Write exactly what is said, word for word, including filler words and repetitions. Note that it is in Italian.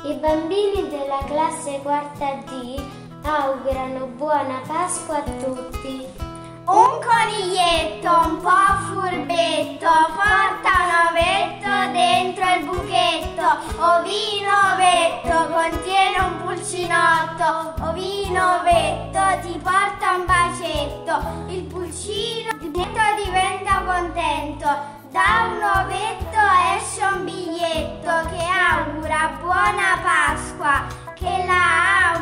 I bambini della classe quarta D augurano buona Pasqua a tutti. Un coniglietto un po' furbetto porta un ovetto dentro il buchetto. Ovino ovetto contiene un pulcinotto. Ovino ovetto ti porta un bacetto. Il pulcino diventa contento. Da un ovetto esce un biglietto che augura buona Pasqua, che la